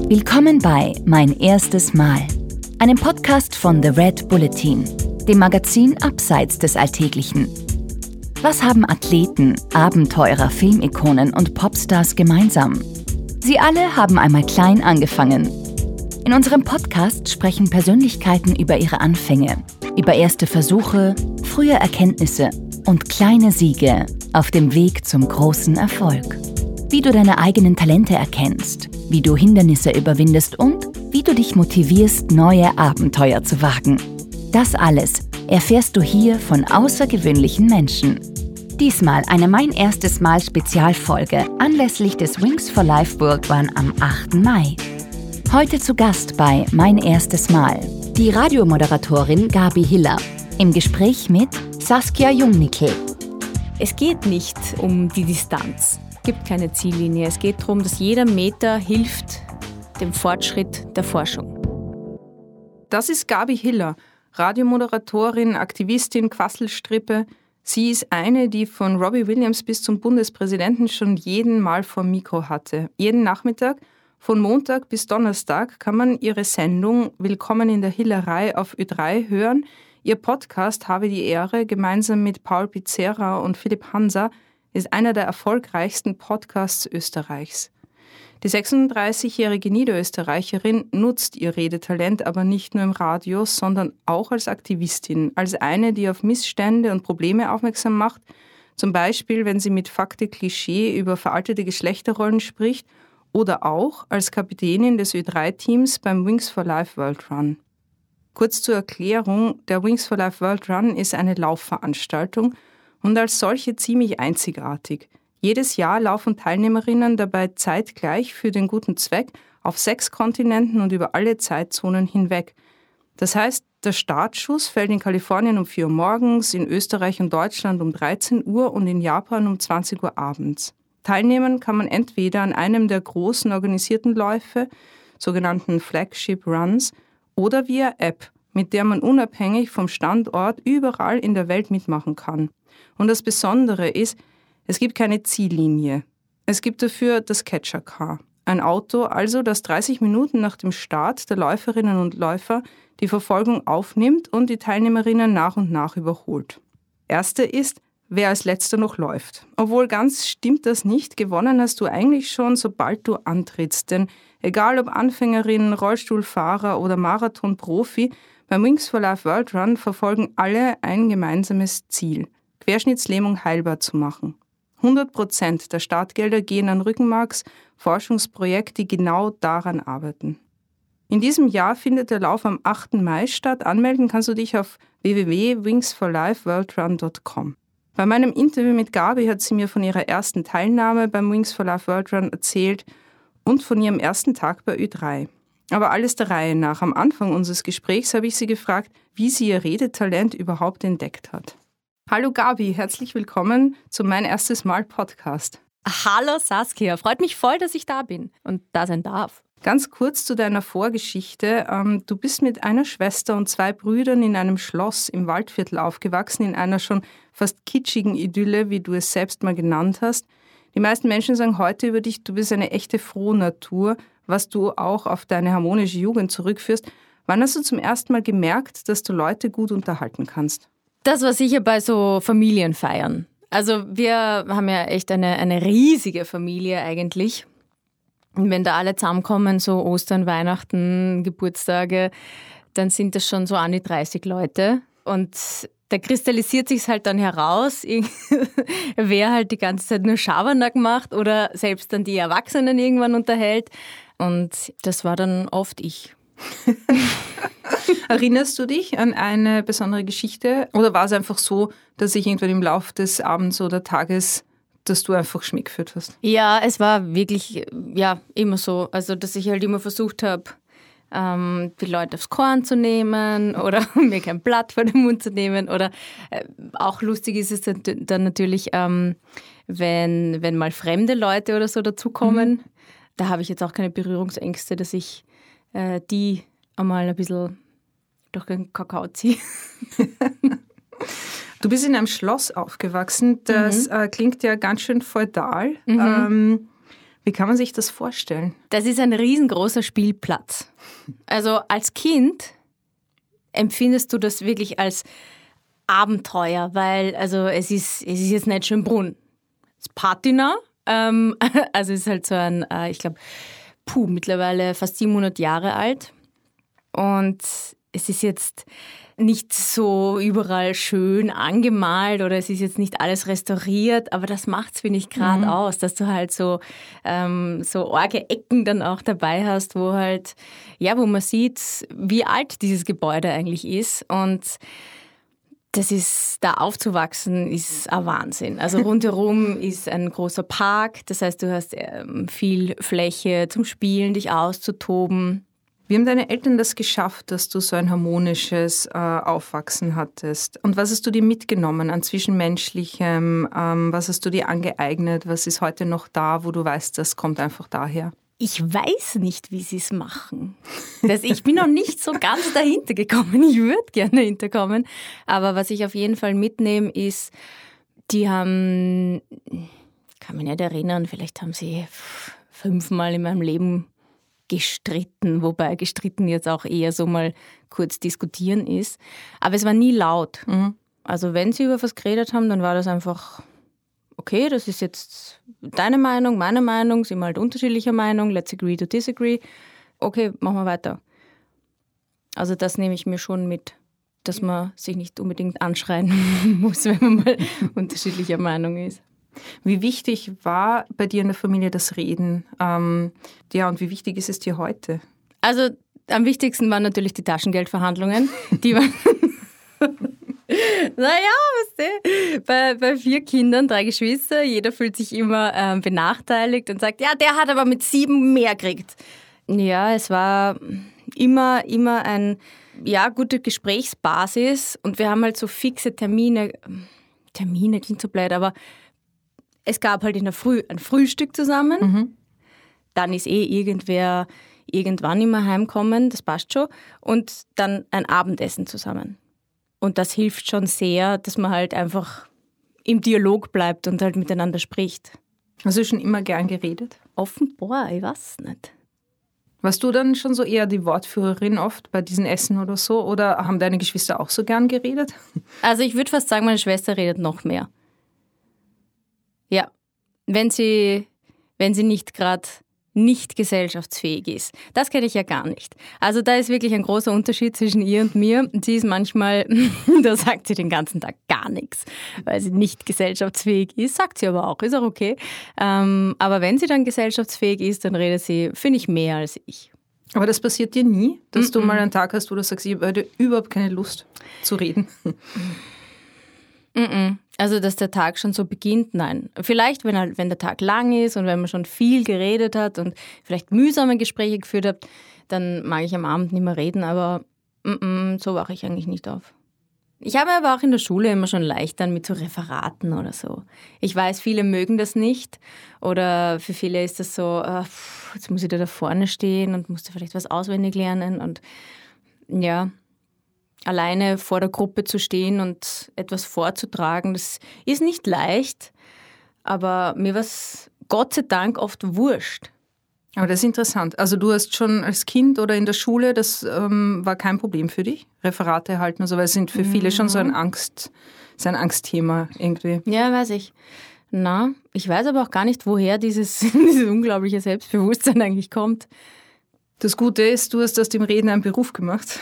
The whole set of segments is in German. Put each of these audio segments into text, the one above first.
Willkommen bei Mein erstes Mal, einem Podcast von The Red Bulletin, dem Magazin abseits des Alltäglichen. Was haben Athleten, Abenteurer, Filmikonen und Popstars gemeinsam? Sie alle haben einmal klein angefangen. In unserem Podcast sprechen Persönlichkeiten über ihre Anfänge, über erste Versuche, frühe Erkenntnisse und kleine Siege auf dem Weg zum großen Erfolg. Wie du deine eigenen Talente erkennst, wie du Hindernisse überwindest und wie du dich motivierst, neue Abenteuer zu wagen. Das alles erfährst du hier von außergewöhnlichen Menschen. Diesmal eine Mein erstes Mal Spezialfolge anlässlich des Wings for Life World Run am 8. Mai. Heute zu Gast bei Mein erstes Mal die Radiomoderatorin Gabi Hiller im Gespräch mit Saskia Jungnickel. Es geht nicht um die Distanz. Es gibt keine Ziellinie. Es geht darum, dass jeder Meter hilft dem Fortschritt der Forschung. Das ist Gabi Hiller, Radiomoderatorin, Aktivistin, Quasselstrippe. Sie ist eine, die von Robbie Williams bis zum Bundespräsidenten schon jeden Mal vor Mikro hatte. Jeden Nachmittag, von Montag bis Donnerstag, kann man ihre Sendung Willkommen in der Hillerei auf Ö3 hören. Ihr Podcast Habe die Ehre, gemeinsam mit Paul Pizzera und Philipp Hansa, ist einer der erfolgreichsten Podcasts Österreichs. Die 36-jährige Niederösterreicherin nutzt ihr Redetalent aber nicht nur im Radio, sondern auch als Aktivistin, als eine, die auf Missstände und Probleme aufmerksam macht, zum Beispiel, wenn sie mit Fakte Klischee über veraltete Geschlechterrollen spricht oder auch als Kapitänin des Ö3-Teams beim Wings for Life World Run. Kurz zur Erklärung, der Wings for Life World Run ist eine Laufveranstaltung und als solche ziemlich einzigartig. Jedes Jahr laufen Teilnehmerinnen dabei zeitgleich für den guten Zweck auf 6 Kontinenten und über alle Zeitzonen hinweg. Das heißt, der Startschuss fällt in Kalifornien um 4 Uhr morgens, in Österreich und Deutschland um 13 Uhr und in Japan um 20 Uhr abends. Teilnehmen kann man entweder an einem der großen organisierten Läufe, sogenannten Flagship Runs, oder via App, mit der man unabhängig vom Standort überall in der Welt mitmachen kann. Und das Besondere ist, es gibt keine Ziellinie. Es gibt dafür das Catcher Car. Ein Auto also, das 30 Minuten nach dem Start der Läuferinnen und Läufer die Verfolgung aufnimmt und die Teilnehmerinnen nach und nach überholt. Erste ist, wer als Letzter noch läuft. Obwohl ganz stimmt das nicht, gewonnen hast du eigentlich schon, sobald du antrittst. Denn egal ob Anfängerin, Rollstuhlfahrer oder Marathonprofi, beim Wings for Life World Run verfolgen alle ein gemeinsames Ziel: Querschnittslähmung heilbar zu machen. 100% der Startgelder gehen an Rückenmarks Forschungsprojekte, die genau daran arbeiten. In diesem Jahr findet der Lauf am 8. Mai statt. Anmelden kannst du dich auf www.wingsforlifeworldrun.com. Bei meinem Interview mit Gabi hat sie mir von ihrer ersten Teilnahme beim Wings for Life World Run erzählt und von ihrem ersten Tag bei Ö3. Aber alles der Reihe nach. Am Anfang unseres Gesprächs habe ich sie gefragt, wie sie ihr Redetalent überhaupt entdeckt hat. Hallo Gabi, herzlich willkommen zu Mein erstes Mal Podcast. Hallo Saskia, freut mich voll, dass ich da bin und da sein darf. Ganz kurz zu deiner Vorgeschichte. Du bist mit einer Schwester und 2 Brüdern in einem Schloss im Waldviertel aufgewachsen, in einer schon fast kitschigen Idylle, wie du es selbst mal genannt hast. Die meisten Menschen sagen heute über dich, du bist eine echte Frohnatur, was du auch auf deine harmonische Jugend zurückführst. Wann hast du zum ersten Mal gemerkt, dass du Leute gut unterhalten kannst? Das war sicher bei so Familienfeiern. Also wir haben ja echt eine riesige Familie eigentlich. Und wenn da alle zusammenkommen, so Ostern, Weihnachten, Geburtstage, dann sind das schon so an die 30 Leute. Und da kristallisiert sich halt dann heraus, wer halt die ganze Zeit nur Schabernack macht oder selbst dann die Erwachsenen irgendwann unterhält. Und das war dann oft ich. Erinnerst du dich an eine besondere Geschichte oder war es einfach so, dass sich irgendwann im Laufe des Abends oder Tages, dass du einfach Schmäh geführt hast? Ja, es war wirklich immer so. Also, dass ich halt immer versucht habe, die Leute aufs Korn zu nehmen oder mir kein Blatt vor den Mund zu nehmen. Oder auch lustig ist es dann natürlich, wenn mal fremde Leute oder so dazukommen. Mhm. Da habe ich jetzt auch keine Berührungsängste, dass ich die einmal ein bisschen durch den Kakao ziehe. Du bist in einem Schloss aufgewachsen. Das klingt ja ganz schön feudal. Wie kann man sich das vorstellen? Das ist ein riesengroßer Spielplatz. Also als Kind empfindest du das wirklich als Abenteuer, weil also es ist jetzt nicht Schönbrunn. Es ist Patina. Also es ist halt so ein, ich glaube, mittlerweile fast 700 Jahre alt. Und es ist jetzt nicht so überall schön angemalt oder es ist jetzt nicht alles restauriert, aber das macht es, finde ich, gerade aus, dass du halt so arge Ecken dann auch dabei hast, wo halt, ja, wo man sieht, wie alt dieses Gebäude eigentlich ist. Und das ist, da aufzuwachsen, ist ein Wahnsinn. Also rundherum ist ein großer Park, das heißt, du hast viel Fläche zum Spielen, dich auszutoben. Wie haben deine Eltern das geschafft, dass du so ein harmonisches Aufwachsen hattest? Und was hast du dir mitgenommen an Zwischenmenschlichem? Was hast du dir angeeignet? Was ist heute noch da, wo du weißt, das kommt einfach daher? Ich weiß nicht, wie sie es machen. Ich bin noch nicht so ganz dahinter gekommen. Ich würde gerne hinterkommen. Aber was ich auf jeden Fall mitnehme, ist, die haben, ich kann mich nicht erinnern, vielleicht haben sie 5-mal in meinem Leben gestritten, wobei gestritten jetzt auch eher so mal kurz diskutieren ist. Aber es war nie laut. Also wenn sie über was geredet haben, dann war das einfach, okay, das ist jetzt deine Meinung, meine Meinung, sind wir halt unterschiedlicher Meinung, let's agree to disagree. Okay, machen wir weiter. Also das nehme ich mir schon mit, dass man sich nicht unbedingt anschreien muss, wenn man mal unterschiedlicher Meinung ist. Wie wichtig war bei dir in der Familie das Reden? Und wie wichtig ist es dir heute? Also am wichtigsten waren natürlich die Taschengeldverhandlungen. Die waren bei 4 Kindern, 3 Geschwister, jeder fühlt sich immer benachteiligt und sagt, ja, der hat aber mit 7 mehr gekriegt. Ja, es war immer eine gute Gesprächsbasis und wir haben halt so fixe Termine klingt so blöd, aber es gab halt in der Früh ein Frühstück zusammen, dann ist irgendwer irgendwann immer heimkommen, das passt schon, und dann ein Abendessen zusammen. Und das hilft schon sehr, dass man halt einfach im Dialog bleibt und halt miteinander spricht. Hast du schon immer gern geredet? Offenbar, ich weiß nicht. Warst du dann schon so eher die Wortführerin oft bei diesen Essen oder so? Oder haben deine Geschwister auch so gern geredet? Also ich würde fast sagen, meine Schwester redet noch mehr. Ja, wenn sie nicht gerade nicht gesellschaftsfähig ist. Das kenne ich ja gar nicht. Also da ist wirklich ein großer Unterschied zwischen ihr und mir. Sie ist manchmal, da sagt sie den ganzen Tag gar nichts, weil sie nicht gesellschaftsfähig ist. Sagt sie aber auch, ist auch okay. Aber wenn sie dann gesellschaftsfähig ist, dann redet sie, finde ich, mehr als ich. Aber das passiert dir nie, dass du mal einen Tag hast, wo du sagst, ich habe heute überhaupt keine Lust zu reden? Also, dass der Tag schon so beginnt, nein. Vielleicht, wenn der Tag lang ist und wenn man schon viel geredet hat und vielleicht mühsame Gespräche geführt hat, dann mag ich am Abend nicht mehr reden, aber so wache ich eigentlich nicht auf. Ich habe aber auch in der Schule immer schon leicht dann mit so Referaten oder so. Ich weiß, viele mögen das nicht oder für viele ist das so, jetzt muss ich da vorne stehen und muss da vielleicht was auswendig lernen und ja, alleine vor der Gruppe zu stehen und etwas vorzutragen, das ist nicht leicht, aber mir war es Gott sei Dank oft wurscht. Aber das ist interessant. Also du hast schon als Kind oder in der Schule, das war kein Problem für dich, Referate halten, also weil es sind für viele schon so ein Angstthema irgendwie. Ja, weiß ich. Ich weiß aber auch gar nicht, woher dieses unglaubliche Selbstbewusstsein eigentlich kommt. Das Gute ist, du hast aus dem Reden einen Beruf gemacht.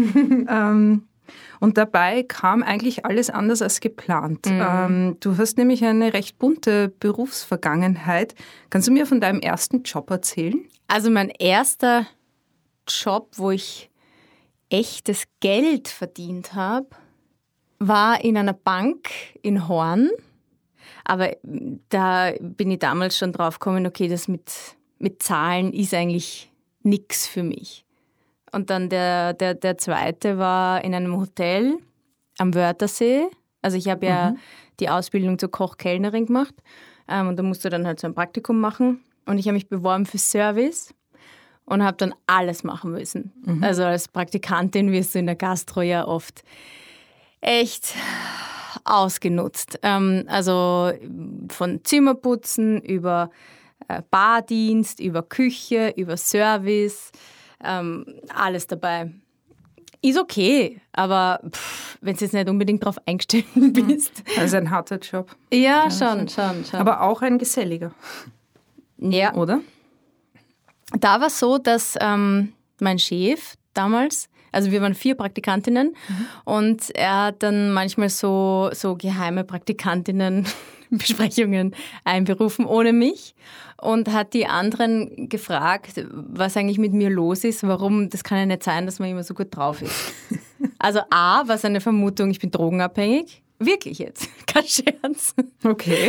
Und dabei kam eigentlich alles anders als geplant. Du hast nämlich eine recht bunte Berufsvergangenheit. Kannst du mir von deinem ersten Job erzählen? Also mein erster Job, wo ich echtes Geld verdient habe, war in einer Bank in Horn. Aber da bin ich damals schon drauf gekommen, okay, das mit Zahlen ist eigentlich nix für mich. Und dann der zweite war in einem Hotel am Wörthersee. Also ich habe ja die Ausbildung zur Koch-Kellnerin gemacht und da musst du dann halt so ein Praktikum machen. Und ich habe mich beworben für Service und habe dann alles machen müssen. Also als Praktikantin wirst du in der Gastro ja oft echt ausgenutzt. Also von Zimmerputzen über Bardienst, über Küche, über Service, alles dabei. Ist okay, aber wenn du jetzt nicht unbedingt darauf eingestellt bist. Also ein harter Job. Ja, schon. Aber auch ein geselliger. Ja. Oder? Da war es so, dass mein Chef damals, also wir waren 4 Praktikantinnen und er hat dann manchmal so geheime Praktikantinnen-Besprechungen einberufen ohne mich und hat die anderen gefragt, was eigentlich mit mir los ist, warum, das kann ja nicht sein, dass man immer so gut drauf ist. Also A, war seine Vermutung, ich bin drogenabhängig. Wirklich jetzt, kein Scherz. Okay.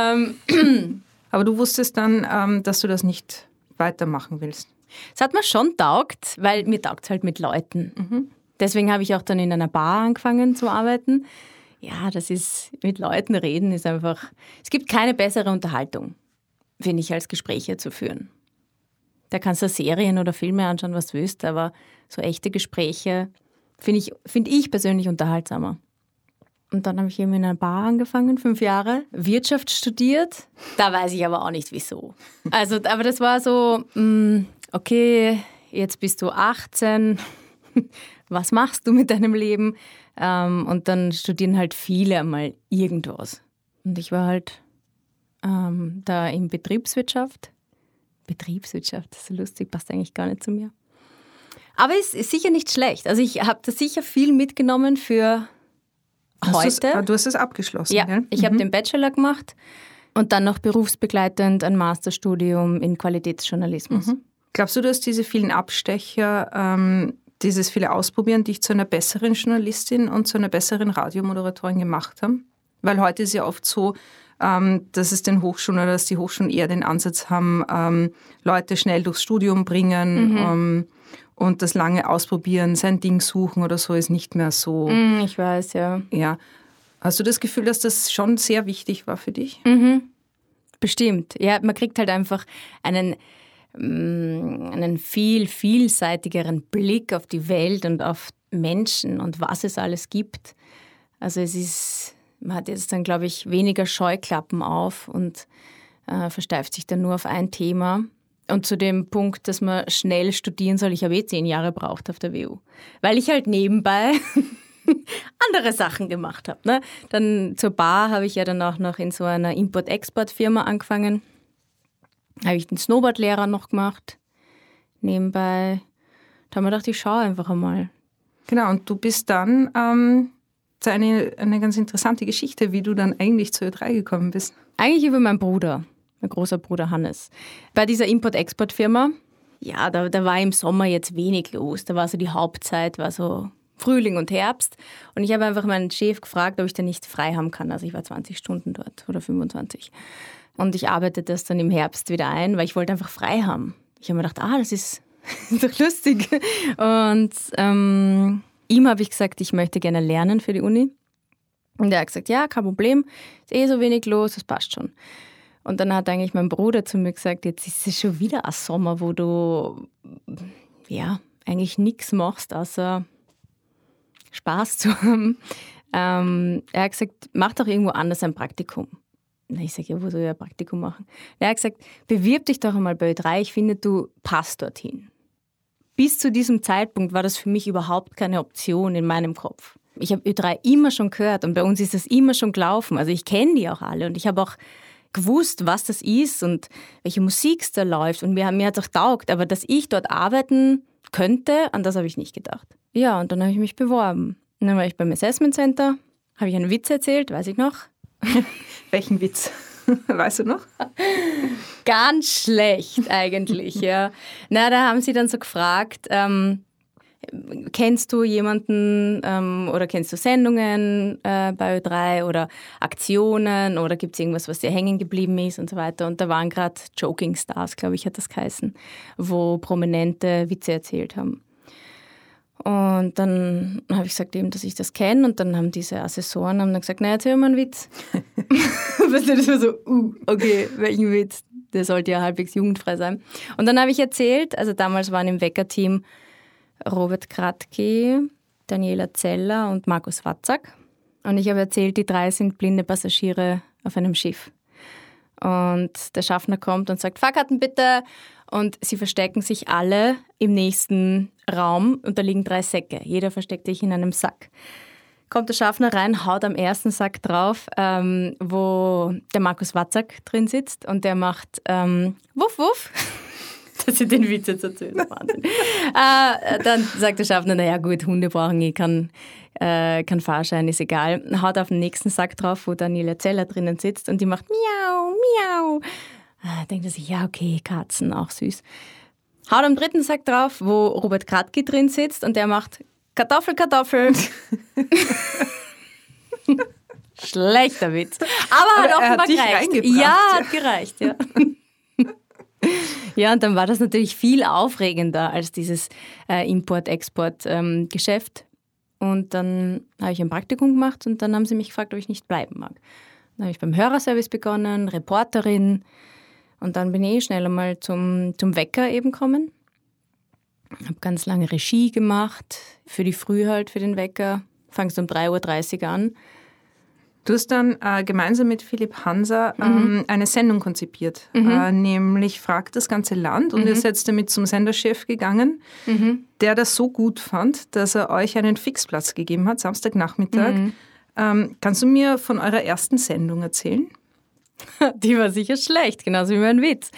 Aber du wusstest dann, dass du das nicht weitermachen willst. Es hat mir schon taugt, weil mir taugt es halt mit Leuten. Deswegen habe ich auch dann in einer Bar angefangen zu arbeiten. Ja, das ist, mit Leuten reden ist einfach, es gibt keine bessere Unterhaltung, finde ich, als Gespräche zu führen. Da kannst du Serien oder Filme anschauen, was du willst, aber so echte Gespräche finde ich persönlich unterhaltsamer. Und dann habe ich eben in einer Bar angefangen, 5 Jahre, Wirtschaft studiert. Da weiß ich aber auch nicht, wieso. Also, aber das war so, okay, jetzt bist du 18, was machst du mit deinem Leben? Und dann studieren halt viele einmal irgendwas. Und ich war halt da in Betriebswirtschaft. Betriebswirtschaft, das ist so lustig, passt eigentlich gar nicht zu mir. Aber es ist sicher nicht schlecht. Also ich habe da sicher viel mitgenommen für heute. Du hast es abgeschlossen, ja, gell? Ich habe den Bachelor gemacht und dann noch berufsbegleitend ein Masterstudium in Qualitätsjournalismus. Glaubst du, dass diese vielen Abstecher, dieses viele Ausprobieren dich zu einer besseren Journalistin und zu einer besseren Radiomoderatorin gemacht haben? Weil heute ist ja oft so, dass es den Hochschulen oder dass die Hochschulen eher den Ansatz haben, Leute schnell durchs Studium bringen und das lange Ausprobieren, sein Ding suchen oder so ist nicht mehr so. Ich weiß, ja. Ja. Hast du das Gefühl, dass das schon sehr wichtig war für dich? Bestimmt. Ja, man kriegt halt einfach einen viel vielseitigeren Blick auf die Welt und auf Menschen und was es alles gibt. Also man hat jetzt dann, glaube ich, weniger Scheuklappen auf und versteift sich dann nur auf ein Thema. Und zu dem Punkt, dass man schnell studieren soll, ich habe 10 Jahre gebraucht auf der WU, weil ich halt nebenbei andere Sachen gemacht habe. Ne? Dann zur Bar habe ich ja dann auch noch in so einer Import-Export-Firma angefangen. Habe ich den Snowboard-Lehrer noch gemacht, nebenbei. Da habe ich mir gedacht, ich schaue einfach einmal. Genau, und du bist dann, eine ganz interessante Geschichte, wie du dann eigentlich zur Ö3 gekommen bist. Eigentlich über meinen Bruder, mein großer Bruder Hannes. Bei dieser Import-Export-Firma, ja, da war im Sommer jetzt wenig los. Da war so die Hauptzeit, war so Frühling und Herbst. Und ich habe einfach meinen Chef gefragt, ob ich da nicht frei haben kann. Also ich war 20 Stunden dort oder 25. Und ich arbeitete das dann im Herbst wieder ein, weil ich wollte einfach frei haben. Ich habe mir gedacht, das ist doch lustig. Und ihm habe ich gesagt, ich möchte gerne lernen für die Uni. Und er hat gesagt, ja, kein Problem, ist so wenig los, das passt schon. Und dann hat eigentlich mein Bruder zu mir gesagt, jetzt ist es schon wieder ein Sommer, wo du ja eigentlich nichts machst, außer Spaß zu haben. Er hat gesagt, mach doch irgendwo anders ein Praktikum. Ich sage, ja, wo soll ich ein Praktikum machen? Er hat gesagt, bewirb dich doch einmal bei Ö3, ich finde, du passt dorthin. Bis zu diesem Zeitpunkt war das für mich überhaupt keine Option in meinem Kopf. Ich habe Ö3 immer schon gehört und bei uns ist das immer schon gelaufen. Also ich kenne die auch alle und ich habe auch gewusst, was das ist und welche Musik es da läuft. Und mir hat es auch taugt, aber dass ich dort arbeiten könnte, an das habe ich nicht gedacht. Ja, und dann habe ich mich beworben. Und dann war ich beim Assessment Center, habe ich einen Witz erzählt, weiß ich noch. Welchen Witz? Weißt du noch? Ganz schlecht eigentlich, ja. Na, da haben sie dann so gefragt, kennst du jemanden oder kennst du Sendungen bei Ö3 oder Aktionen oder gibt es irgendwas, was dir hängen geblieben ist und so weiter. Und da waren gerade Joking Stars, glaube ich, hat das geheißen, wo Prominente Witze erzählt haben. Und dann habe ich gesagt, eben, dass ich das kenne. Und dann haben diese Assessoren dann gesagt, na, erzähl mal einen Witz. Das war so, okay, welchen Witz? Der sollte ja halbwegs jugendfrei sein. Und dann habe ich erzählt, also damals waren im Wecker-Team Robert Kratky, Daniela Zeller und Markus Watzak. Und ich habe erzählt, die 3 sind blinde Passagiere auf einem Schiff. Und der Schaffner kommt und sagt, Fahrkarten bitte. Und sie verstecken sich alle im nächsten Raum und da liegen 3 Säcke. Jeder versteckt sich in einem Sack. Kommt der Schaffner rein, haut am ersten Sack drauf, wo der Markus Watzak drin sitzt und der macht Wuff, Wuff. Dass ich den Witz jetzt erzähle, Wahnsinn. Dann sagt der Schaffner, naja gut, Hunde brauchen kein Fahrschein, ist egal. Haut auf den nächsten Sack drauf, wo Daniela Zeller drinnen sitzt und die macht Miau, Miau. Denkt er sich, ja okay, Katzen, auch süß. Haut am dritten Sack drauf, wo Robert Kratky drin sitzt und der macht Kartoffel, Kartoffel. Schlechter Witz. Aber hat offenbar gereicht. Ja, hat gereicht, ja. Ja, und dann war das natürlich viel aufregender als dieses Import-Export-Geschäft. Und dann habe ich ein Praktikum gemacht und dann haben sie mich gefragt, ob ich nicht bleiben mag. Dann habe ich beim Hörerservice begonnen, Reporterin. Und dann bin ich schnell einmal zum Wecker eben gekommen. Habe ganz lange Regie gemacht, für die Früh halt, für den Wecker. Fangst um 3.30 Uhr an. Du hast dann gemeinsam mit Philipp Hanser eine Sendung konzipiert, nämlich Fragt das ganze Land. Und ihr seid damit zum Senderchef gegangen, der das so gut fand, dass er euch einen Fixplatz gegeben hat, Samstagnachmittag. Kannst du mir von eurer ersten Sendung erzählen? Die war sicher schlecht, genauso wie mein Witz.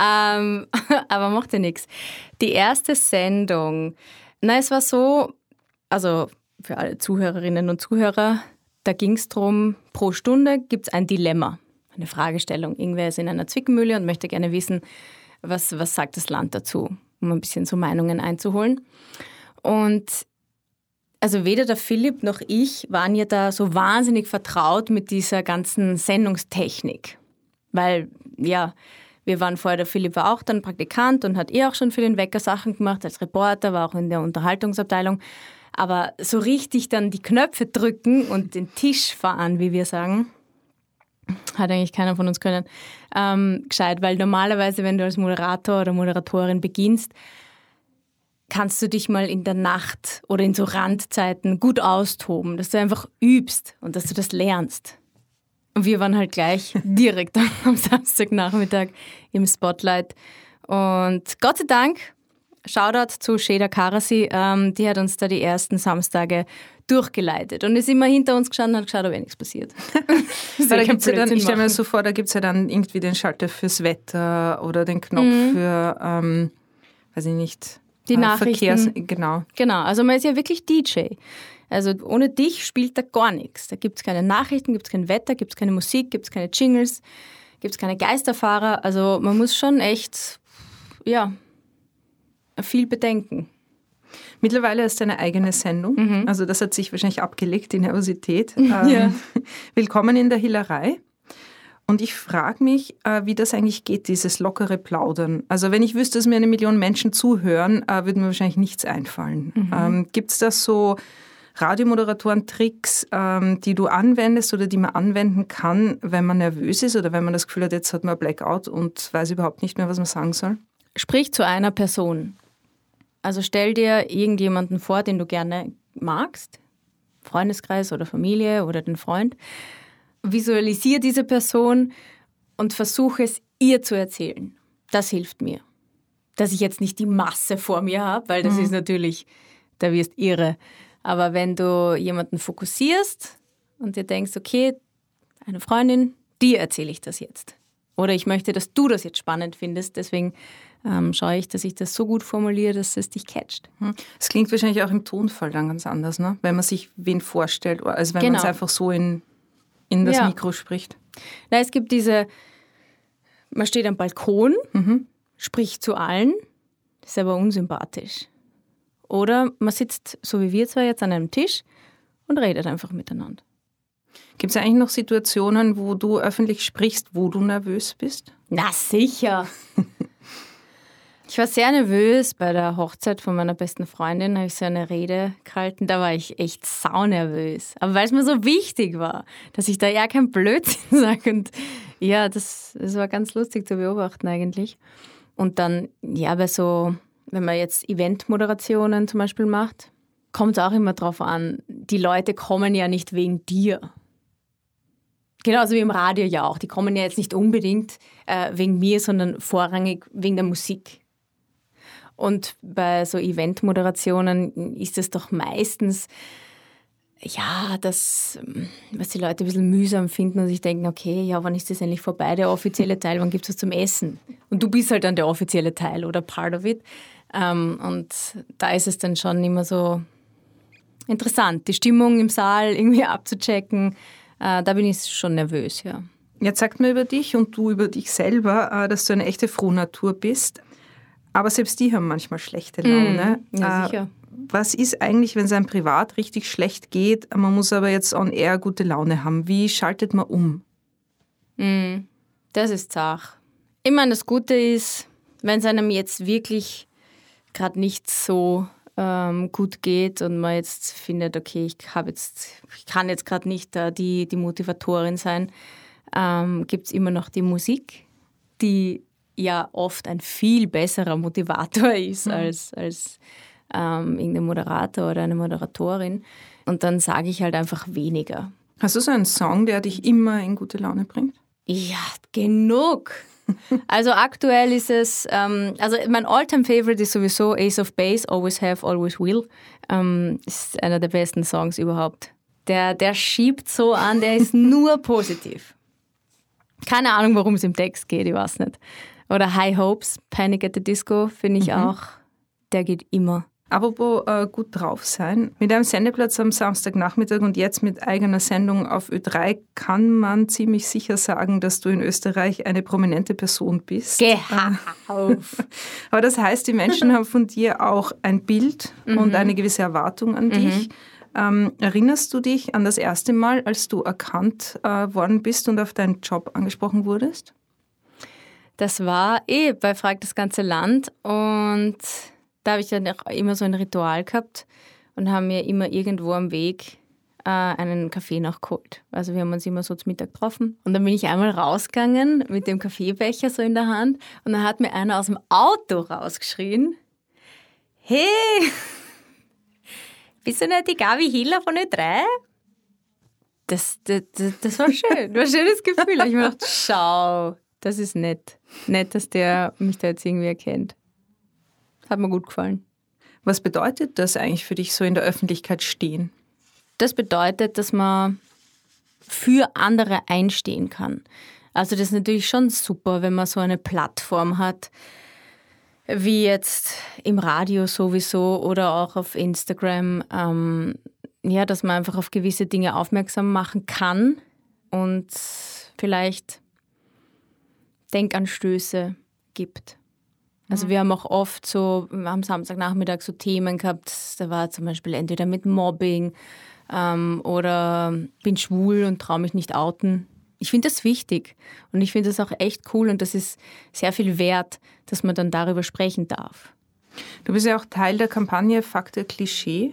Aber macht ja nichts. Die erste Sendung, es war so, also für alle Zuhörerinnen und Zuhörer, da ging es darum, pro Stunde gibt es ein Dilemma, eine Fragestellung. Irgendwer ist in einer Zwickmühle und möchte gerne wissen, was sagt das Land dazu, um ein bisschen so Meinungen einzuholen. Und also weder der Philipp noch ich waren ja da so wahnsinnig vertraut mit dieser ganzen Sendungstechnik. Weil, ja, wir waren vorher, der Philipp war auch dann Praktikant und hat auch schon für den Wecker Sachen gemacht als Reporter, war auch in der Unterhaltungsabteilung. Aber so richtig dann die Knöpfe drücken und den Tisch fahren, wie wir sagen, hat eigentlich keiner von uns können, gescheit. Weil normalerweise, wenn du als Moderator oder Moderatorin beginnst, kannst du dich mal in der Nacht oder in so Randzeiten gut austoben, dass du einfach übst und dass du das lernst. Und wir waren halt gleich direkt am Samstagnachmittag im Spotlight. Und Gott sei Dank, Shoutout zu Sheda Karasi, die hat uns da die ersten Samstage durchgeleitet und ist immer hinter uns gestanden und hat geschaut, ob nichts passiert. Ich stelle mir so vor, da gibt es ja dann irgendwie den Schalter fürs Wetter oder den Knopf für, weiß ich nicht, die Nachrichten. Genau, also man ist ja wirklich DJ. Also ohne dich spielt da gar nichts. Da gibt es keine Nachrichten, gibt es kein Wetter, gibt es keine Musik, gibt es keine Jingles, gibt es keine Geisterfahrer. Also man muss schon echt, viel bedenken. Mittlerweile ist eine eigene Sendung. Also das hat sich wahrscheinlich abgelegt, die Nervosität. Willkommen in der Hillerei. Und ich frage mich, wie das eigentlich geht, dieses lockere Plaudern. Also wenn ich wüsste, dass mir 1 Million Menschen zuhören, würde mir wahrscheinlich nichts einfallen. Gibt es da so Radiomoderatoren-Tricks, die du anwendest oder die man anwenden kann, wenn man nervös ist oder wenn man das Gefühl hat, jetzt hat man ein Blackout und weiß überhaupt nicht mehr, was man sagen soll? Sprich zu einer Person. Also stell dir irgendjemanden vor, den du gerne magst, Freundeskreis oder Familie oder den Freund. Visualisiere diese Person und versuche es ihr zu erzählen. Das hilft mir. Dass ich jetzt nicht die Masse vor mir habe, weil das ist natürlich, da wirst irre. Aber wenn du jemanden fokussierst und dir denkst, okay, eine Freundin, dir erzähle ich das jetzt. Oder ich möchte, dass du das jetzt spannend findest, deswegen schaue ich, dass ich das so gut formuliere, dass es dich catcht. Es klingt wahrscheinlich auch im Tonfall dann ganz anders, ne? Wenn man sich wen vorstellt, als wenn man es einfach so in das Mikro spricht. Na, es gibt man steht am Balkon, spricht zu allen, das ist aber unsympathisch. Oder man sitzt, so wie wir zwei jetzt, an einem Tisch und redet einfach miteinander. Gibt es eigentlich noch Situationen, wo du öffentlich sprichst, wo du nervös bist? Na sicher. Ich war sehr nervös bei der Hochzeit von meiner besten Freundin, habe ich so eine Rede gehalten, da war ich echt saunervös. Aber weil es mir so wichtig war, dass ich da ja kein Blödsinn sage. Und ja, das war ganz lustig zu beobachten eigentlich. Und dann, wenn man jetzt Eventmoderationen zum Beispiel macht, kommt es auch immer drauf an, die Leute kommen ja nicht wegen dir. Genauso wie im Radio ja auch. Die kommen ja jetzt nicht unbedingt wegen mir, sondern vorrangig wegen der Musik. Und bei so Eventmoderationen ist es doch meistens, ja, das, was die Leute ein bisschen mühsam finden und sich denken, okay, ja, wann ist das endlich vorbei, der offizielle Teil, wann gibt es was zum Essen? Und du bist halt dann der offizielle Teil oder part of it. Und da ist es dann schon immer so interessant, die Stimmung im Saal irgendwie abzuchecken. Da bin ich schon nervös, ja. Jetzt sagt man über dich und du über dich selber, dass du eine echte Frohnatur bist. Aber selbst die haben manchmal schlechte Laune. Ja, sicher. Was ist eigentlich, wenn es einem privat richtig schlecht geht, man muss aber jetzt on air gute Laune haben? Wie schaltet man um? Das ist zart. Ich meine, das Gute ist, wenn es einem jetzt wirklich gerade nicht so gut geht und man jetzt findet, okay, ich kann jetzt gerade nicht die Motivatorin sein, gibt es immer noch die Musik, die ja oft ein viel besserer Motivator ist als irgendein Moderator oder eine Moderatorin. Und dann sage ich halt einfach weniger. Hast du so einen Song, der dich immer in gute Laune bringt? Ja, genug. Also aktuell ist es, also mein All-Time-Favorite ist sowieso Ace of Base, Always Have, Always Will. Ist einer der besten Songs überhaupt. Der schiebt so an, der ist nur positiv. Keine Ahnung, worum es im Text geht, ich weiß nicht. Oder High Hopes, Panic at the Disco, finde ich auch. Der geht immer. Apropos gut drauf sein. Mit einem Sendeplatz am Samstagnachmittag und jetzt mit eigener Sendung auf Ö3 kann man ziemlich sicher sagen, dass du in Österreich eine prominente Person bist. Geh auf! Aber das heißt, die Menschen haben von dir auch ein Bild und eine gewisse Erwartung an dich. Erinnerst du dich an das erste Mal, als du erkannt worden bist und auf deinen Job angesprochen wurdest? Das war bei Frag das ganze Land und da habe ich dann auch immer so ein Ritual gehabt und haben mir immer irgendwo am Weg einen Kaffee nachgeholt. Also wir haben uns immer so zum Mittag getroffen und dann bin ich einmal rausgegangen mit dem Kaffeebecher so in der Hand und dann hat mir einer aus dem Auto rausgeschrien, hey, bist du nicht die Gabi Hiller von Ö3? Das war schön, war ein schönes Gefühl. Da habe ich mir gedacht, schau, das ist nett. Nett, dass der mich da jetzt irgendwie erkennt. Hat mir gut gefallen. Was bedeutet das eigentlich für dich, so in der Öffentlichkeit stehen? Das bedeutet, dass man für andere einstehen kann. Also das ist natürlich schon super, wenn man so eine Plattform hat, wie jetzt im Radio sowieso oder auch auf Instagram, dass man einfach auf gewisse Dinge aufmerksam machen kann und vielleicht Denkanstöße gibt. Also wir haben auch oft so am Samstagnachmittag so Themen gehabt, da war zum Beispiel entweder mit Mobbing oder bin schwul und traue mich nicht outen. Ich finde das wichtig und ich finde das auch echt cool und das ist sehr viel wert, dass man dann darüber sprechen darf. Du bist ja auch Teil der Kampagne Fakte Klischee,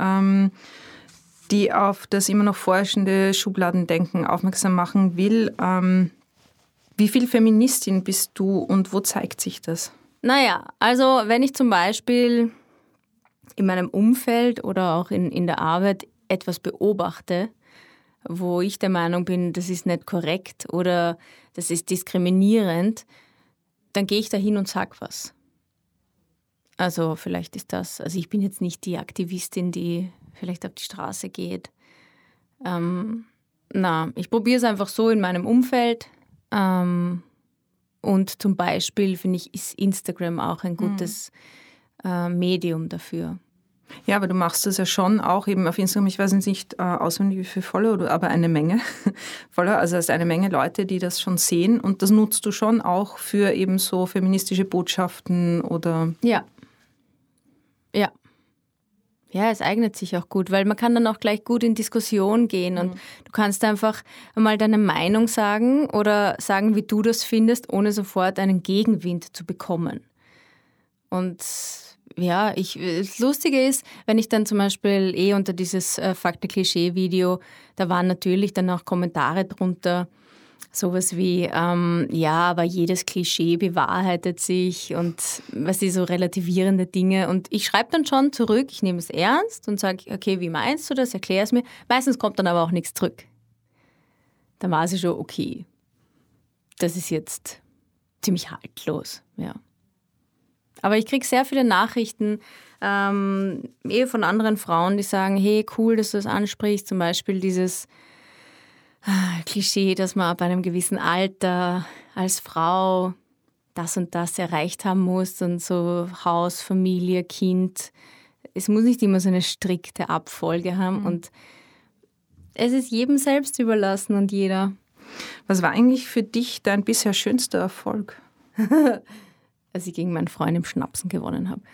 die auf das immer noch vorherrschende Schubladendenken aufmerksam machen will. Wie viel Feministin bist du und wo zeigt sich das? Naja, also wenn ich zum Beispiel in meinem Umfeld oder auch in der Arbeit etwas beobachte, wo ich der Meinung bin, das ist nicht korrekt oder das ist diskriminierend, dann gehe ich da hin und sage was. Also vielleicht ist das, also ich bin jetzt nicht die Aktivistin, die vielleicht auf die Straße geht. Ich probiere es einfach so in meinem Umfeld. Und zum Beispiel, finde ich, ist Instagram auch ein gutes Medium dafür. Ja, aber du machst das ja schon auch eben auf Instagram, ich weiß nicht auswendig, wie viele Follower, aber eine Menge Follower, also es ist eine Menge Leute, die das schon sehen und das nutzt du schon auch für eben so feministische Botschaften oder... Ja. Ja, es eignet sich auch gut, weil man kann dann auch gleich gut in Diskussion gehen und du kannst einfach mal deine Meinung sagen oder sagen, wie du das findest, ohne sofort einen Gegenwind zu bekommen. Und ja, das Lustige ist, wenn ich dann zum Beispiel unter dieses Fakte-Klischee-Video, da waren natürlich dann auch Kommentare drunter, sowas wie, aber jedes Klischee bewahrheitet sich und so relativierende Dinge. Und ich schreibe dann schon zurück, ich nehme es ernst und sage, okay, wie meinst du das, erklär es mir. Meistens kommt dann aber auch nichts zurück. dann war sie schon okay. Das ist jetzt ziemlich haltlos, ja. Aber ich kriege sehr viele Nachrichten von anderen Frauen, die sagen, hey, cool, dass du das ansprichst. Zum Beispiel dieses Klischee, dass man ab einem gewissen Alter als Frau das und das erreicht haben muss und so Haus, Familie, Kind. Es muss nicht immer so eine strikte Abfolge haben und es ist jedem selbst überlassen und jeder. Was war eigentlich für dich dein bisher schönster Erfolg? Als ich gegen meinen Freund im Schnapsen gewonnen habe.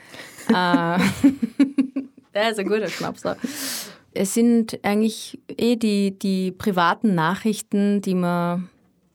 Der ist ein guter Schnapser. Es sind eigentlich die privaten Nachrichten, die man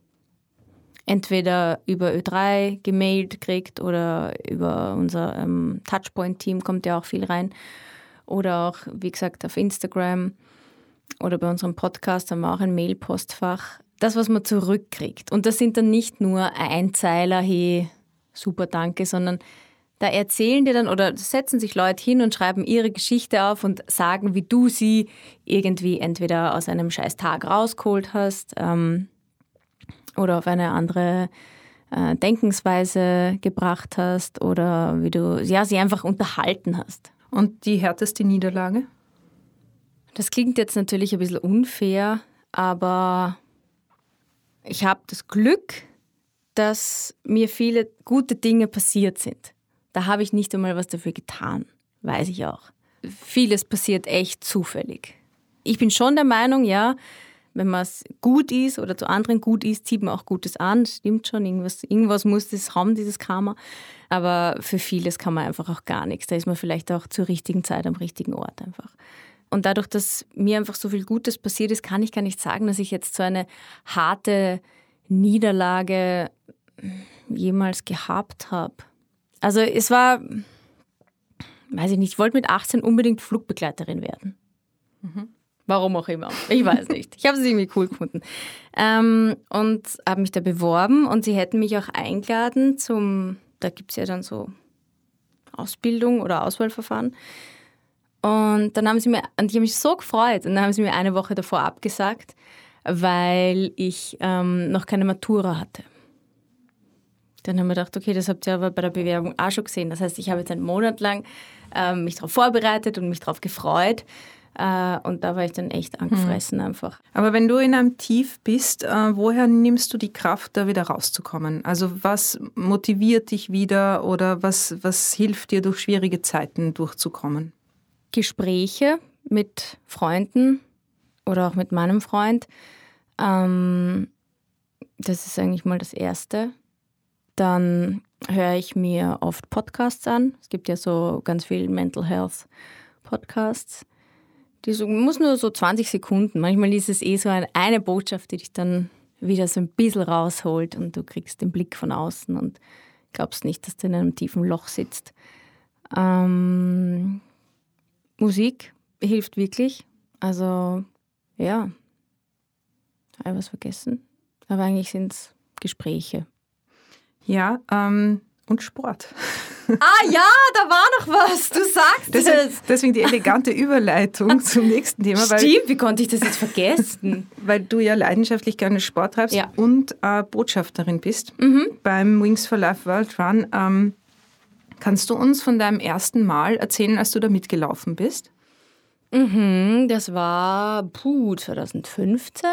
entweder über Ö3 gemailt kriegt oder über unser Touchpoint-Team kommt ja auch viel rein. Oder auch, wie gesagt, auf Instagram oder bei unserem Podcast haben wir auch ein Mail-Postfach. Das, was man zurückkriegt. Und das sind dann nicht nur Einzeiler, hey, super, danke, sondern da erzählen dir dann oder setzen sich Leute hin und schreiben ihre Geschichte auf und sagen, wie du sie irgendwie entweder aus einem scheiß Tag rausgeholt hast oder auf eine andere Denkensweise gebracht hast oder wie du sie einfach unterhalten hast. Und die härteste Niederlage? Das klingt jetzt natürlich ein bisschen unfair, aber ich habe das Glück, dass mir viele gute Dinge passiert sind. Da habe ich nicht einmal was dafür getan, weiß ich auch. Vieles passiert echt zufällig. Ich bin schon der Meinung, ja, wenn man gut ist oder zu anderen gut ist, zieht man auch Gutes an. Das stimmt schon, irgendwas muss das haben, dieses Karma. Aber für vieles kann man einfach auch gar nichts. Da ist man vielleicht auch zur richtigen Zeit am richtigen Ort einfach. Und dadurch, dass mir einfach so viel Gutes passiert ist, kann ich gar nicht sagen, dass ich jetzt so eine harte Niederlage jemals gehabt habe. Also es war, weiß ich nicht, ich wollte mit 18 unbedingt Flugbegleiterin werden. Warum auch immer. Ich weiß nicht. Ich habe es irgendwie cool gefunden. Und habe mich da beworben und sie hätten mich auch eingeladen da gibt es ja dann so Ausbildung oder Auswahlverfahren. Und dann ich habe mich so gefreut und dann haben sie mir eine Woche davor abgesagt, weil ich noch keine Matura hatte. Dann haben wir gedacht, okay, das habt ihr aber bei der Bewerbung auch schon gesehen. Das heißt, ich habe jetzt einen Monat lang mich darauf vorbereitet und mich darauf gefreut. Und da war ich dann echt angefressen einfach. Aber wenn du in einem Tief bist, woher nimmst du die Kraft, da wieder rauszukommen? Also was motiviert dich wieder oder was hilft dir, durch schwierige Zeiten durchzukommen? Gespräche mit Freunden oder auch mit meinem Freund. Das ist eigentlich mal das Erste. Dann höre ich mir oft Podcasts an. Es gibt ja so ganz viele Mental Health Podcasts. Muss nur so 20 Sekunden. Manchmal ist es so eine Botschaft, die dich dann wieder so ein bisschen rausholt und du kriegst den Blick von außen und glaubst nicht, dass du in einem tiefen Loch sitzt. Musik hilft wirklich. Also, ja, habe ich was vergessen. Aber eigentlich sind es Gespräche. Ja, und Sport. Ja, da war noch was. Du sagst es. Deswegen die elegante Überleitung zum nächsten Thema. Stimmt, wie konnte ich das jetzt vergessen? Weil du ja leidenschaftlich gerne Sport treibst und Botschafterin bist beim Wings for Life World Run. Kannst du uns von deinem ersten Mal erzählen, als du da mitgelaufen bist? Das war 2015.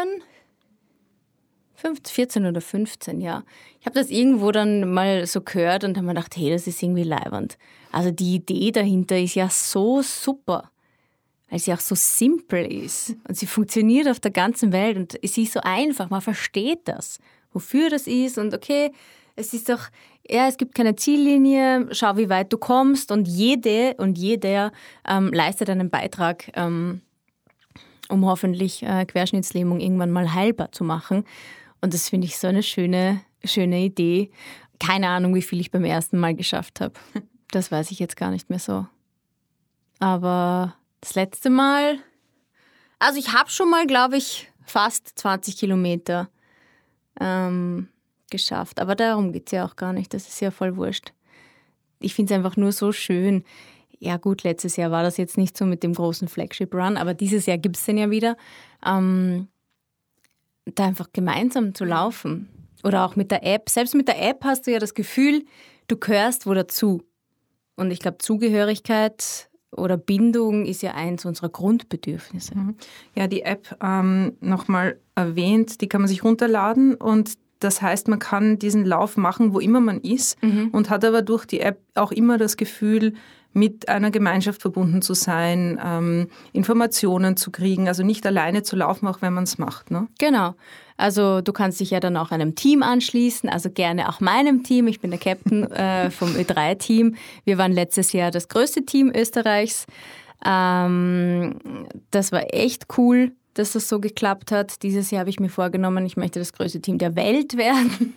14 oder 15, ja. Ich habe das irgendwo dann mal so gehört und habe mir gedacht, hey, das ist irgendwie leiwand. Also die Idee dahinter ist ja so super, weil sie auch so simpel ist. Und sie funktioniert auf der ganzen Welt und sie ist so einfach, man versteht das, wofür das ist. Und okay, es ist doch, es gibt keine Ziellinie, schau, wie weit du kommst und jede und jeder leistet einen Beitrag, um hoffentlich Querschnittslähmung irgendwann mal heilbar zu machen. Und das finde ich so eine schöne Idee. Keine Ahnung, wie viel ich beim ersten Mal geschafft habe. Das weiß ich jetzt gar nicht mehr so. Aber das letzte Mal, also ich habe schon mal, glaube ich, fast 20 Kilometer geschafft. Aber darum geht es ja auch gar nicht. Das ist ja voll wurscht. Ich finde es einfach nur so schön. Ja gut, letztes Jahr war das jetzt nicht so mit dem großen Flagship Run, aber dieses Jahr gibt es den ja wieder. da einfach gemeinsam zu laufen. Oder auch mit der App. Selbst mit der App hast du ja das Gefühl, du gehörst wo dazu. Und ich glaube, Zugehörigkeit oder Bindung ist ja eins unserer Grundbedürfnisse. Ja, die App nochmal erwähnt, die kann man sich runterladen und das heißt, man kann diesen Lauf machen, wo immer man ist und hat aber durch die App auch immer das Gefühl, mit einer Gemeinschaft verbunden zu sein, Informationen zu kriegen, also nicht alleine zu laufen, auch wenn man es macht. Ne? Genau. Also du kannst dich ja dann auch einem Team anschließen, also gerne auch meinem Team. Ich bin der Captain vom Ö3-Team. Wir waren letztes Jahr das größte Team Österreichs. Das war echt cool, dass das so geklappt hat. Dieses Jahr habe ich mir vorgenommen, ich möchte das größte Team der Welt werden.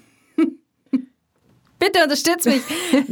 Bitte unterstützt mich.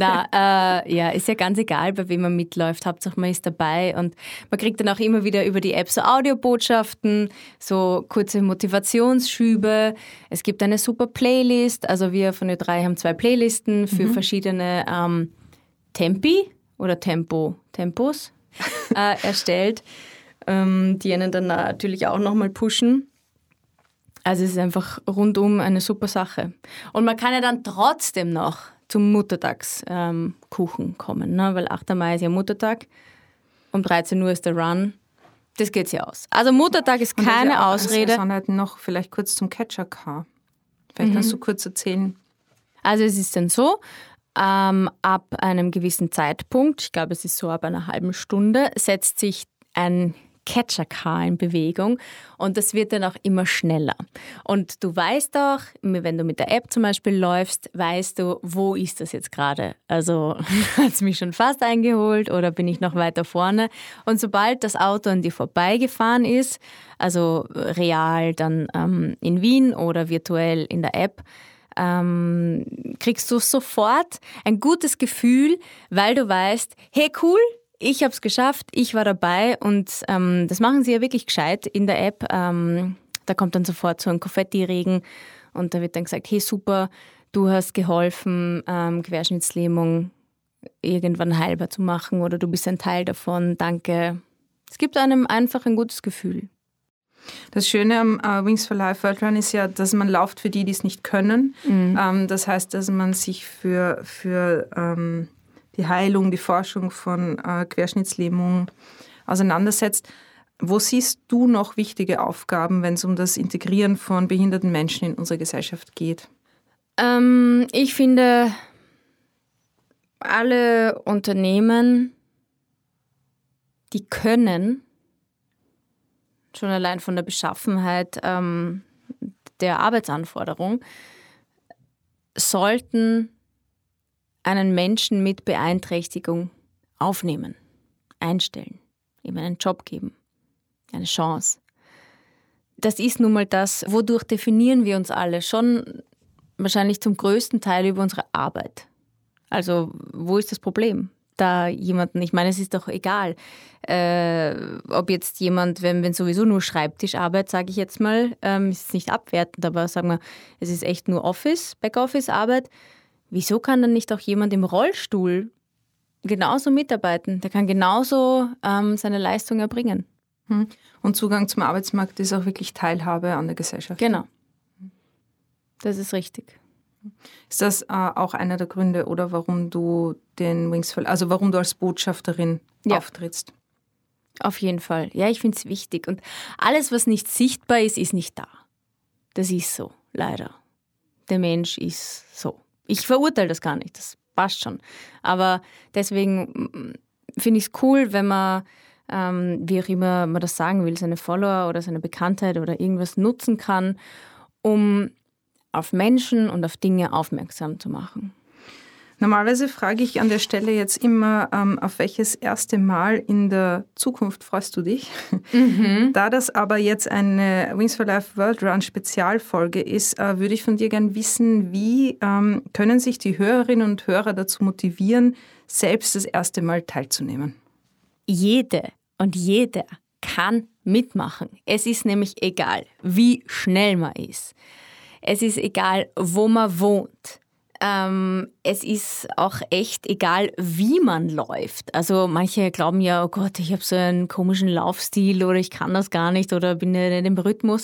Ja, ist ja ganz egal, bei wem man mitläuft. Hauptsache man ist dabei und man kriegt dann auch immer wieder über die App so Audiobotschaften, so kurze Motivationsschübe. Es gibt eine super Playlist. Also wir von Ö3 haben 2 Playlisten für verschiedene Tempi oder Tempos erstellt, die einen dann natürlich auch nochmal pushen. Also es ist einfach rundum eine super Sache. Und man kann ja dann trotzdem noch zum Muttertagskuchen kommen, ne? Weil 8. Mai ist ja Muttertag, um 13 Uhr ist der Run. Das geht sich aus. Also Muttertag ist keine ja Ausrede. Sondern noch vielleicht kurz zum Catcher-Car. Vielleicht kannst du kurz erzählen. Also es ist dann so, ab einem gewissen Zeitpunkt, ich glaube es ist so ab einer halben Stunde, setzt sich ein Catcher-Car in Bewegung und das wird dann auch immer schneller. Und du weißt auch, wenn du mit der App zum Beispiel läufst, weißt du, wo ist das jetzt gerade? Also hat es mich schon fast eingeholt oder bin ich noch weiter vorne? Und sobald das Auto an dir vorbeigefahren ist, also real dann in Wien oder virtuell in der App, kriegst du sofort ein gutes Gefühl, weil du weißt, hey cool, ich habe es geschafft, ich war dabei und das machen sie ja wirklich gescheit in der App. Da kommt dann sofort so ein Konfetti-Regen und da wird dann gesagt, hey super, du hast geholfen, Querschnittslähmung irgendwann heilbar zu machen oder du bist ein Teil davon, danke. Es gibt einem einfach ein gutes Gefühl. Das Schöne am Wings for Life World Run ist ja, dass man läuft für die, die es nicht können. Das heißt, dass man sich für die Heilung, die Forschung von Querschnittslähmung auseinandersetzt. Wo siehst du noch wichtige Aufgaben, wenn es um das Integrieren von behinderten Menschen in unsere Gesellschaft geht? Ich finde, alle Unternehmen, die können, schon allein von der Beschaffenheit der Arbeitsanforderung, sollten einen Menschen mit Beeinträchtigung aufnehmen, einstellen, ihm einen Job geben, eine Chance. Das ist nun mal das, wodurch definieren wir uns alle schon wahrscheinlich zum größten Teil über unsere Arbeit. Also wo ist das Problem? Da jemanden, ich meine, es ist doch egal, ob jetzt jemand, wenn sowieso nur Schreibtischarbeit, sage ich jetzt mal, ist nicht abwertend, aber sagen wir, es ist echt nur Backoffice-Arbeit. Wieso kann dann nicht auch jemand im Rollstuhl genauso mitarbeiten? Der kann genauso seine Leistung erbringen. Und Zugang zum Arbeitsmarkt ist auch wirklich Teilhabe an der Gesellschaft. Genau. Das ist richtig. Ist das auch einer der Gründe, oder warum du warum du als Botschafterin auftrittst? Auf jeden Fall. Ja, ich finde es wichtig. Und alles, was nicht sichtbar ist, ist nicht da. Das ist so, leider. Der Mensch ist so. Ich verurteile das gar nicht, das passt schon. Aber deswegen finde ich es cool, wenn man, wie auch immer man das sagen will, seine Follower oder seine Bekanntheit oder irgendwas nutzen kann, um auf Menschen und auf Dinge aufmerksam zu machen. Normalerweise frage ich an der Stelle jetzt immer, auf welches erste Mal in der Zukunft freust du dich? Da das aber jetzt eine Wings for Life World Run Spezialfolge ist, würde ich von dir gerne wissen, wie können sich die Hörerinnen und Hörer dazu motivieren, selbst das erste Mal teilzunehmen? Jede und jeder kann mitmachen. Es ist nämlich egal, wie schnell man ist. Es ist egal, wo man wohnt. Es ist auch echt egal, wie man läuft. Also manche glauben ja, oh Gott, ich habe so einen komischen Laufstil oder ich kann das gar nicht oder bin nicht im Rhythmus.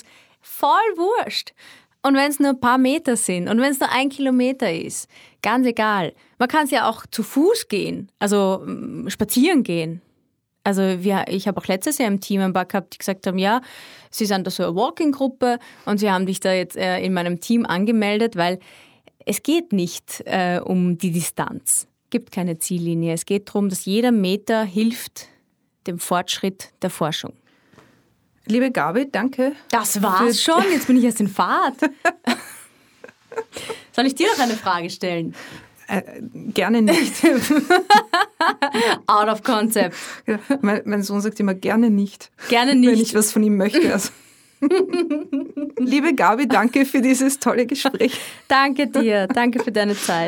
voll wurscht. Und wenn es nur ein paar Meter sind und wenn es nur 1 Kilometer ist, ganz egal. Man kann es ja auch zu Fuß gehen, also spazieren gehen. Also ich habe auch letztes Jahr im Team ein paar gehabt, die gesagt haben, ja, sie sind da so eine Walking-Gruppe und sie haben dich da jetzt in meinem Team angemeldet, weil es geht nicht um die Distanz. Es gibt keine Ziellinie. Es geht darum, dass jeder Meter hilft dem Fortschritt der Forschung. Liebe Gabi, danke. Das war's schon. Jetzt bin ich erst in Fahrt. Soll ich dir noch eine Frage stellen? Gerne nicht. Out of concept. Ja, mein Sohn sagt immer, gerne nicht. Gerne nicht. Wenn ich was von ihm möchte. Also. Liebe Gabi, danke für dieses tolle Gespräch. Danke dir. Danke für deine Zeit.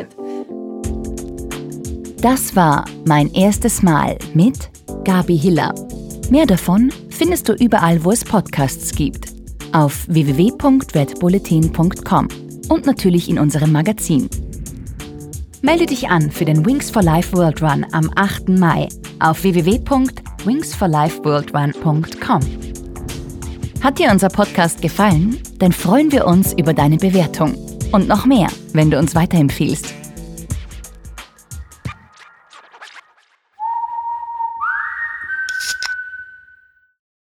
Das war mein erstes Mal mit Gabi Hiller. Mehr davon findest du überall, wo es Podcasts gibt. Auf www.redbulletin.com und natürlich in unserem Magazin. Melde dich an für den Wings for Life World Run am 8. Mai auf www.wingsforlifeworldrun.com. Hat dir unser Podcast gefallen? Dann freuen wir uns über deine Bewertung. Und noch mehr, wenn du uns weiterempfiehlst.